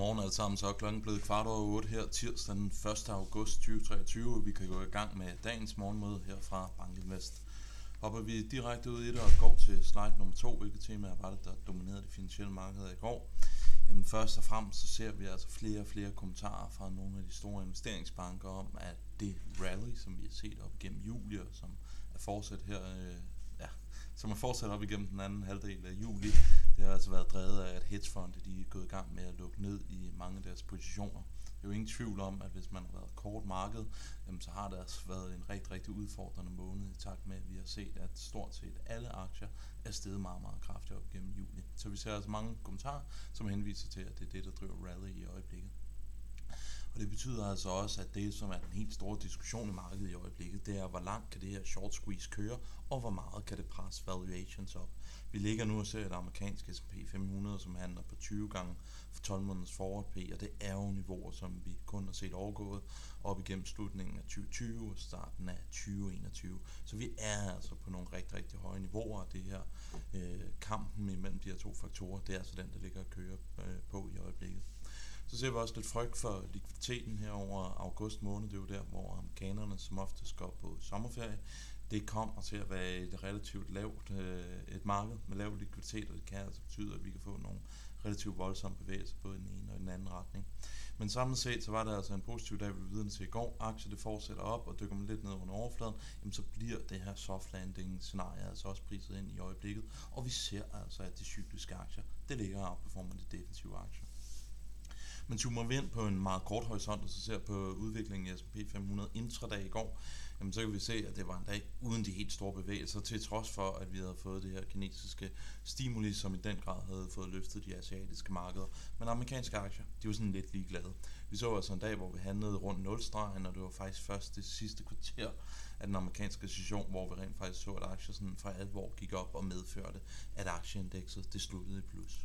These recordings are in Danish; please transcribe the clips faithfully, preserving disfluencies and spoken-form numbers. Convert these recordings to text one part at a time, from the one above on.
Godmorgen alle sammen, så er klokken blevet kvart over otte her tirsdag den første august tyve treogtyve. Vi kan gå i gang med dagens morgenmøde her fra Bankinvest. Hopper vi direkte ud i det og går til slide nummer to, hvilket temaer var det, der dominerede de finansielle markeder i går. Jamen først og fremmest så ser vi altså flere og flere kommentarer fra nogle af de store investeringsbanker om, at det rally, som vi har set op igennem juli, og som er fortsat her, øh, ja, som er fortsat op igennem den anden halvdel af juli, det har altså været drevet af, at hedgefonde de er gået i gang med at lukke ned i mange af deres positioner. Det er jo ingen tvivl om, at hvis man har været kort marked, jamen, så har det altså været en rigtig, rigtig udfordrende måned i takt med, at vi har set, at stort set alle aktier er steget meget, meget kraftigt op gennem juli. Så vi ser altså mange kommentarer, som henviser til, at det er det, der driver rally i øjeblikket. Og det betyder altså også, at det, som er den helt store diskussion i markedet i øjeblikket, det er, hvor langt kan det her short squeeze køre, og hvor meget kan det presse valuations op. Vi ligger nu og ser et amerikansk S and P fem hundrede, som handler på tyve gange for tolv måneders forward P, og det er jo niveauer, som vi kun har set overgået op igennem slutningen af tyve tyve og starten af tyve enogtyve. Så vi er altså på nogle rigtig, rigtig høje niveauer, og det her øh, kampen imellem de her to faktorer, det er altså den, der ligger at køre øh, på i øjeblikket. Så ser vi også lidt frygt for likviditeten her over august måned. Det er jo der, hvor amerikanerne som oftest går på sommerferie. Det kommer til at være et relativt lavt øh, et marked med lav likviditet, og det kan altså betyde, at vi kan få nogle relativt voldsomme bevægelser både i den ene og i den anden retning. Men samlet set, så var det altså en positiv dag, vi vidne til i går. Aktier det fortsætter op, og dykker man lidt ned under overfladen, jamen så bliver det her soft landing scenarie altså også priset ind i øjeblikket. Og vi ser altså, at de cykliske aktier, det ligger og outperformer de defensive aktier. Men zoomer vi ind på en meget kort horisont, og så ser på udviklingen i S and P fem hundrede intradag i går, jamen så kan vi se, at det var en dag uden de helt store bevægelser, til trods for, at vi havde fået det her kinesiske stimuli, som i den grad havde fået løftet de asiatiske markeder. Men amerikanske aktier, de var sådan lidt ligeglade. Vi så altså en dag, hvor vi handlede rundt nulstregen, og det var faktisk først det sidste kvarter af den amerikanske session, hvor vi rent faktisk så, at aktier sådan for alvor gik op og medførte, at aktieindekset det sluttede i plus.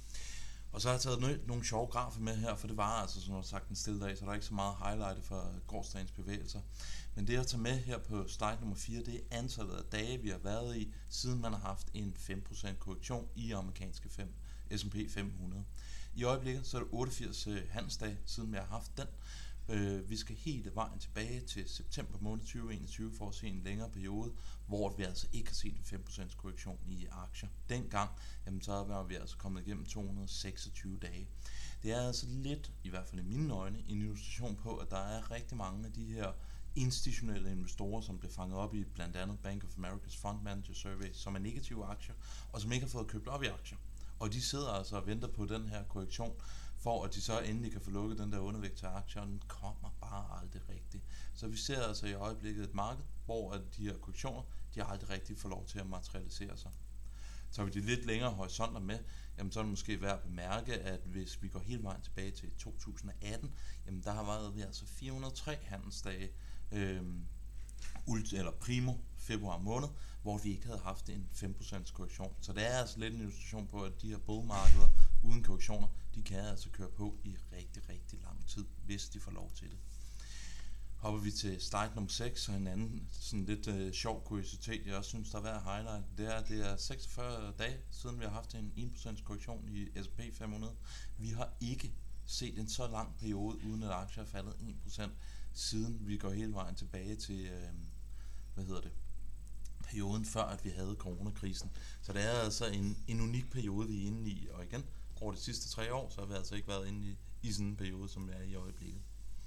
Og så har jeg taget nogle sjove grafer med her, for det var altså, som jeg har sagt, en stille dag, så der er ikke så meget highlight for gårsdagens bevægelser. Men det jeg tager med her på slide nummer fire, det er antallet af dage, vi har været i, siden man har haft en fem procent korrektion i amerikanske S and P fem hundrede. I øjeblikket så er det otteogfirs handelsdage, siden vi har haft den. Vi skal hele vejen tilbage til september måned tyve enogtyve for at se en længere periode, hvor vi altså ikke har set en fem procent korrektion i aktier. Dengang, jamen så var vi altså kommet igennem to hundrede og seksogtyve dage. Det er altså lidt, i hvert fald i mine øjne, en illustration på, at der er rigtig mange af de her institutionelle investorer, som blev fanget op i blandt andet Bank of America's Fund Manager Survey, som er negative aktier, og som ikke har fået købt op i aktier. Og de sidder altså og venter på den her korrektion, for at de så endelig kan få lukket den der undervægt til aktier, og den kommer bare aldrig rigtigt. Så vi ser altså i øjeblikket et marked, hvor at de her korrektioner, de aldrig rigtig får lov til at materialisere sig. Så vi de lidt længere horisonter med, jamen så er det måske værd at bemærke, at hvis vi går hele vejen tilbage til to tusind og atten, jamen der har været vi altså fire hundrede og tre handelsdage, øhm, eller primo februar måned, hvor vi ikke havde haft en fem procent korrektion. Så det er altså lidt en illustration på, at de her bullmarkeder uden korrektioner, de kan altså køre på i rigtig, rigtig lang tid, hvis de får lov til det. Hopper vi til slide nummer seks, og en anden sådan lidt øh, sjov kuriositet, jeg også synes, der er værd at highlight, det er, at det er seksogfyrre dage, siden vi har haft en en procent korrektion i S and P fem hundrede. Vi har ikke set en så lang periode, uden at aktier er faldet en procent, siden vi går hele vejen tilbage til, øh, hvad hedder det, perioden før, at vi havde coronakrisen. Så det er altså en, en unik periode, vi er inde i, og igen, over de sidste tre år, så har vi altså ikke været inde i, i sådan en periode, som vi er i øjeblikket.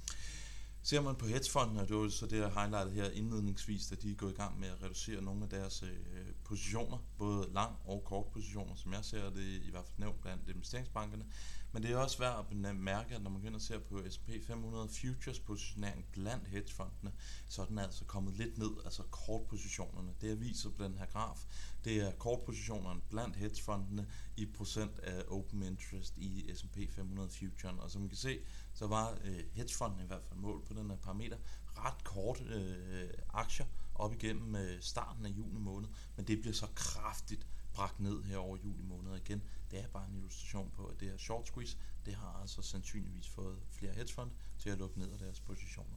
Ser man på hedgefondene, og det var så det, jeg highlightede her indledningsvis, at de er gået i gang med at reducere nogle af deres øh, positioner, både lang- og kort positioner, som jeg ser det i hvert fald nævnt blandt investeringsbankerne. Men det er også værd at bemærke, at når man begynder at se på S and P fem hundrede futures positionering blandt hedgefondene, så er den altså kommet lidt ned, altså kortpositionerne. Det jeg viser på den her graf, det er kortpositionerne blandt hedgefondene i procent af open interest i S and P fem hundrede futuren. Og som man kan se, så var øh, hedgefonden i hvert fald mål på den her parameter ret kort øh, aktier op igennem øh, starten af juni måned, men det bliver så kraftigt bragt ned her over juli måned igen. Det er bare en illustration på, at det her short squeeze, det har altså sandsynligvis fået flere hedgefonde til at lukke ned af deres positioner.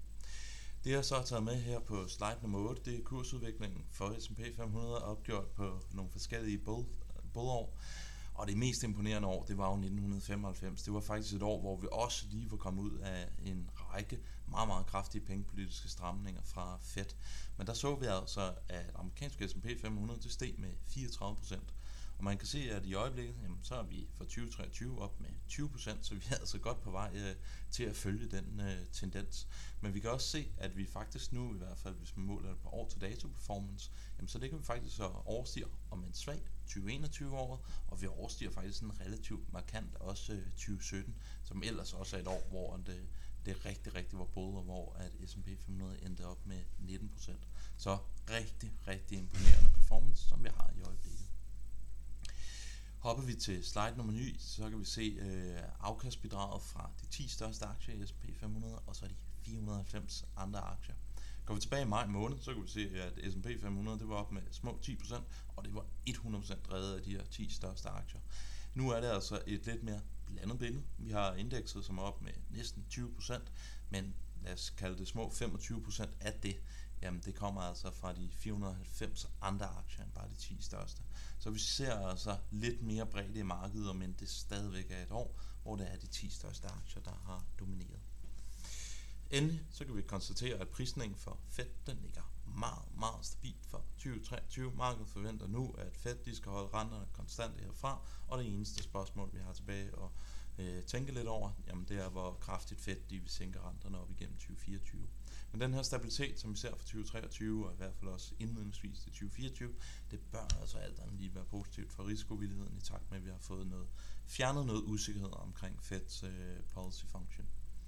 Det jeg så har taget med her på slide nummer otte, det er kursudviklingen for S and P fem hundrede opgjort på nogle forskellige bull, bullår. Og det mest imponerende år, det var jo nitten femoghalvfems. Det var faktisk et år, hvor vi også lige var kommet ud af en række meget, meget kraftige pengepolitiske stramninger fra Fed. Men der så vi altså, at amerikanske S and P fem hundrede det steg med fireogtredive procent. Og man kan se, at i øjeblikket, jamen, så er vi for tyve treogtyve op med tyve procent, så vi er altså godt på vej øh, til at følge den øh, tendens. Men vi kan også se, at vi faktisk nu, i hvert fald hvis man måler det på år til dato performance, jamen, så ligger vi faktisk så overstiger om en svag tyve enogtyve-året, og vi overstiger faktisk en relativt markant også øh, tyve sytten, som ellers også er et år, hvor det, det rigtig, rigtig var både, og hvor at S and P fem hundrede endte op med nitten procent. Så rigtig, rigtig imponerende performance, som vi har i øjeblikket. Hopper vi til slide nummer ni, så kan vi se øh, afkastbidraget fra de ti største aktier i S and P fem hundrede, og så de fire hundrede og halvfems andre aktier. Går vi tilbage i maj måned, så kan vi se, at S and P fem hundrede det var op med små ti procent, og det var hundrede procent drevet af de her ti største aktier. Nu er det altså et lidt mere blandet billede. Vi har indekset, som er op med næsten tyve procent, men lad os kalde det små femogtyve procent af det. Jamen det kommer altså fra de fire hundrede og halvfems andre aktier end bare de ti største. Så vi ser altså lidt mere bredde i markedet, men det stadigvæk er et år, hvor det er de ti største aktier, der har domineret. Endelig så kan vi konstatere, at prisningen for Fed den ligger meget, meget stabilt for tyve treogtyve. Markedet forventer nu, at Fed de skal holde renterne konstante herfra, og det eneste spørgsmål, vi har tilbage at øh, tænke lidt over, jamen det er, hvor kraftigt Fed de vil sænke renterne op igennem tyve fireogtyve. Men den her stabilitet, som vi ser for tyve treogtyve, og i hvert fald også indledningsvis til tyve fireogtyve, det bør altså alt andet lige være positivt for risikovilligheden i takt med, at vi har fået noget, fjernet noget usikkerhed omkring Feds øh, policy function.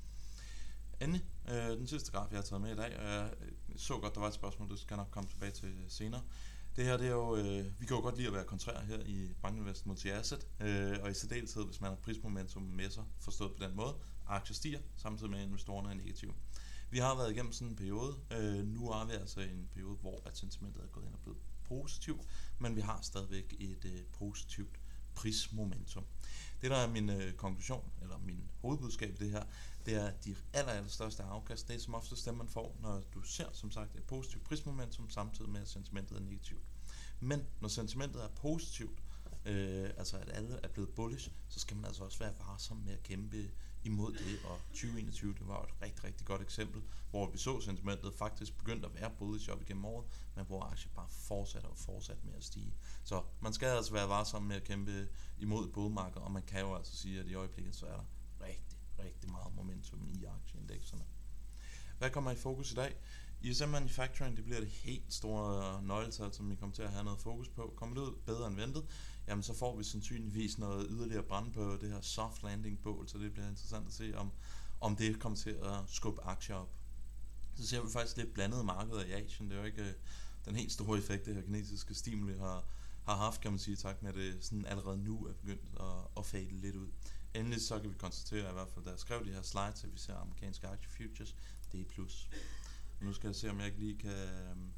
Endelig, øh, den sidste graf, jeg har taget med i dag, og jeg så godt, der var et spørgsmål, det skal jeg nok komme tilbage til senere. Det her, det er jo, øh, vi kan jo godt lide at være kontrær her i Bankinvest Multi-Asset, øh, og i særdeleshed, hvis man har prismomentum med sig, forstået på den måde, aktier stiger, samtidig med at investorerne er negative. Vi har været igennem sådan en periode, øh, nu er vi altså i en periode, hvor at sentimentet er gået ind og blevet positivt, men vi har stadigvæk et øh, positivt prismomentum. Det der er min øh, konklusion, eller min hovedbudskab i det her, det er de aller, aller største afkast. Det er som oftest dem, man får, når du ser, som sagt, et positivt prismomentum, samtidig med, at sentimentet er negativt. Men når sentimentet er positivt, øh, altså at alle er blevet bullish, så skal man altså også være varsom med at kæmpe imod det, og tyve enogtyve, det var et rigtig, rigtig godt eksempel, hvor vi så sentimentet faktisk begyndte at være bullish op igennem året, men hvor aktier bare fortsatte og fortsatte med at stige. Så man skal altså være varsom med at kæmpe imod bullmarkedet, og man kan jo altså sige, at i øjeblikket så er der rigtig, rigtig meget momentum i aktieindekserne. Hvad kommer i fokus i dag? I S M Manufacturing, det bliver det helt store nøgletal, som vi kommer til at have noget fokus på. Kommer det ud bedre end ventet, jamen så får vi sandsynligvis noget yderligere brand på det her soft landing bål, så det bliver interessant at se, om, om det kommer til at skubbe aktier op. Så ser vi faktisk lidt blandede markeder i Asien. Det er jo ikke den helt store effekt, det her kinesiske stimuli har, har haft, kan man sige, tak med, at det sådan allerede nu er begyndt at, at fade lidt ud. Endelig så kan vi konstatere, i hvert fald da jeg skrev de her slides, at vi ser amerikanske aktie futures, det er plus. Nu skal jeg se, om jeg ikke lige kan...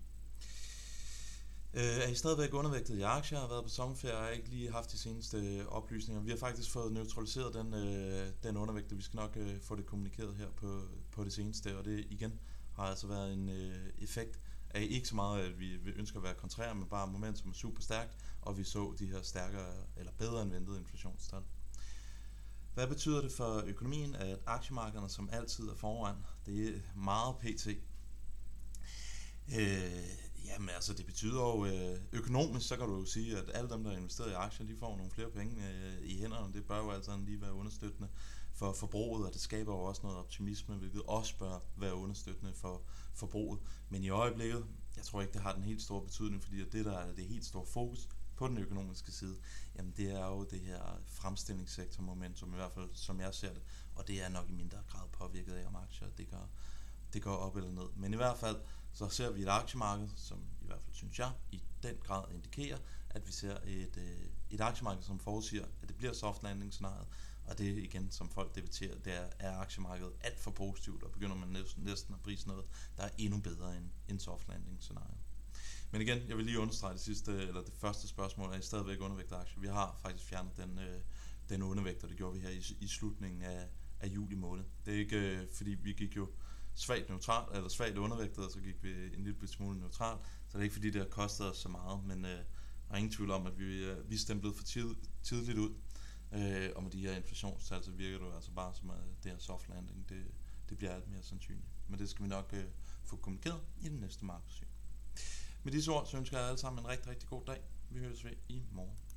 Øh, er I stadigvæk undervægtet i aktier? Jeg har været på sommerferie og har ikke lige haft de seneste oplysninger. Vi har faktisk fået neutraliseret den, øh, den undervægt, og vi skal nok øh, få det kommunikeret her på, på det seneste. Og det igen har altså været en øh, effekt af ikke så meget, at vi ønsker at være kontrære, men bare momentum er super stærkt, og vi så de her stærkere eller bedre end ventede inflationstal. Hvad betyder det for økonomien, at aktiemarkederne som altid er foran? Det er meget pt. Øh, jamen altså det betyder jo øh, økonomisk, så kan du jo sige, at alle dem der er investeret i aktier, de får nogle flere penge øh, i hænderne. Det bør jo altså lige være understøttende for forbruget, og det skaber jo også noget optimisme, hvilket også bør være understøttende for forbruget. Men i øjeblikket, jeg tror ikke det har den helt store betydning, fordi at det der er det helt store fokus på den økonomiske side, jamen det er jo det her fremstillingssektor momentum, i hvert fald som jeg ser det, og det er nok i mindre grad påvirket af om aktier, det går, det går op eller ned. Men i hvert fald så ser vi et aktiemarked, som i hvert fald synes jeg i den grad indikerer, at vi ser et, et aktiemarked, som forudsiger, at det bliver soft landing scenariet, og det igen, som folk debatterer, det er, er aktiemarkedet alt for positivt, og begynder man næsten, næsten at prise noget, der er endnu bedre end, end soft landing scenariet. Men igen, jeg vil lige understrege det sidste, eller det første spørgsmål, er I stadigvæk undervægt af aktier? Vi har faktisk fjernet den, øh, den undervægt, og det gjorde vi her i, i slutningen af, af juli måned. Det er ikke, øh, fordi vi gik jo svagt neutral, eller svagt undervægtet, og så gik vi en lille smule neutral, så det er ikke fordi, det har kostet os så meget, men øh, Der er ingen tvivl om, at vi, øh, vi er stemplet for tid, tidligt ud. Øh, og med de her inflationstal, så virker det jo altså bare som, at det her soft landing, det, det bliver alt mere sandsynligt. Men det skal vi nok øh, få kommunikeret i den næste markedssyn. Med disse ord, så ønsker jeg alle sammen en rigtig, rigtig god dag. Vi høres ved i morgen.